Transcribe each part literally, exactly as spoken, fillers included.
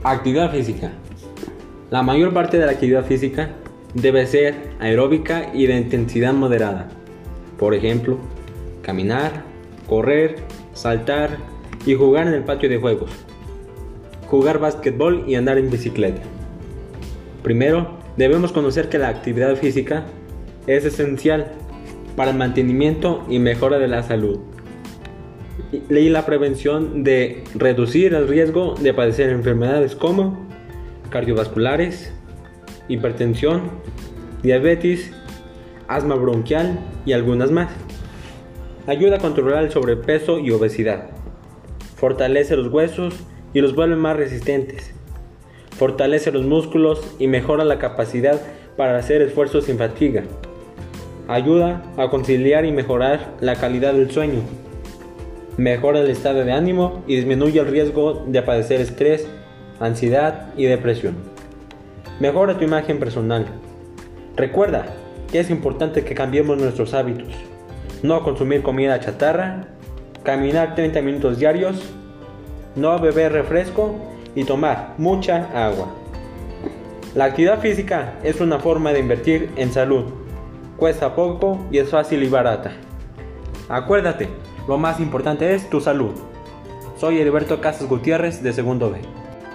Actividad física. La mayor parte de la actividad física debe ser aeróbica y de intensidad moderada. Por ejemplo, caminar, correr, saltar y jugar en el patio de juegos. Jugar básquetbol y andar en bicicleta. Primero, debemos conocer que la actividad física es esencial para el mantenimiento y mejora de la salud y la prevención de reducir el riesgo de padecer enfermedades como cardiovasculares, hipertensión, diabetes, asma bronquial y algunas más. Ayuda a controlar el sobrepeso y obesidad. Fortalece los huesos y los vuelve más resistentes. Fortalece los músculos y mejora la capacidad para hacer esfuerzos sin fatiga. Ayuda a conciliar y mejorar la calidad del sueño. Mejora el estado de ánimo y disminuye el riesgo de padecer estrés, ansiedad y depresión. Mejora tu imagen personal. Recuerda que es importante que cambiemos nuestros hábitos. No consumir comida chatarra, caminar treinta minutos diarios, no beber refresco y tomar mucha agua. La actividad física es una forma de invertir en salud. Cuesta poco y es fácil y barata. Acuérdate, lo más importante es tu salud. Soy Heriberto Casas Gutiérrez de Segundo B.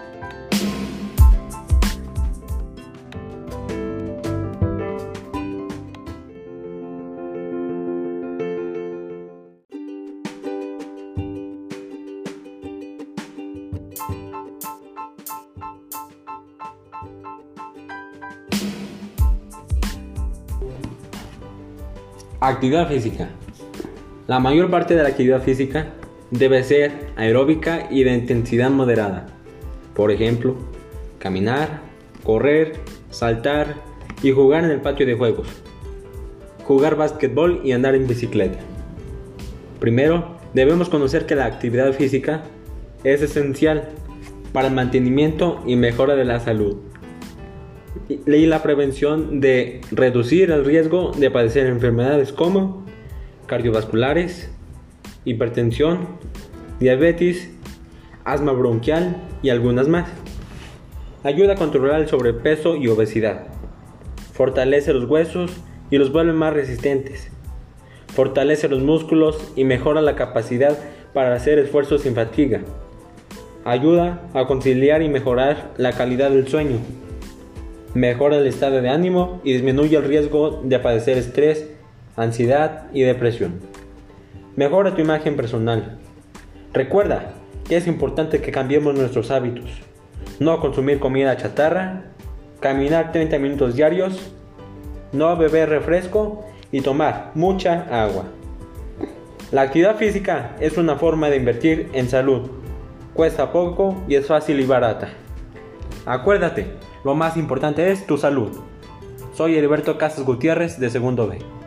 Actividad física. La mayor parte de la actividad física debe ser aeróbica y de intensidad moderada. Por ejemplo, caminar, correr, saltar y jugar en el patio de juegos. Jugar básquetbol y andar en bicicleta. Primero, debemos conocer que la actividad física es esencial para el mantenimiento y mejora de la salud y la prevención de reducir el riesgo de padecer enfermedades como cardiovasculares, hipertensión, diabetes, asma bronquial y algunas más. Ayuda a controlar el sobrepeso y obesidad. Fortalece los huesos y los vuelve más resistentes. Fortalece los músculos y mejora la capacidad para hacer esfuerzos sin fatiga. Ayuda a conciliar y mejorar la calidad del sueño. Mejora el estado de ánimo y disminuye el riesgo de padecer estrés, ansiedad y depresión. Mejora tu imagen personal. Recuerda que es importante que cambiemos nuestros hábitos. No consumir comida chatarra, caminar treinta minutos diarios, no beber refresco y tomar mucha agua. La actividad física es una forma de invertir en salud. Cuesta poco y es fácil y barata. Acuérdate, lo más importante es tu salud. Soy Heriberto Casas Gutiérrez de Segundo B.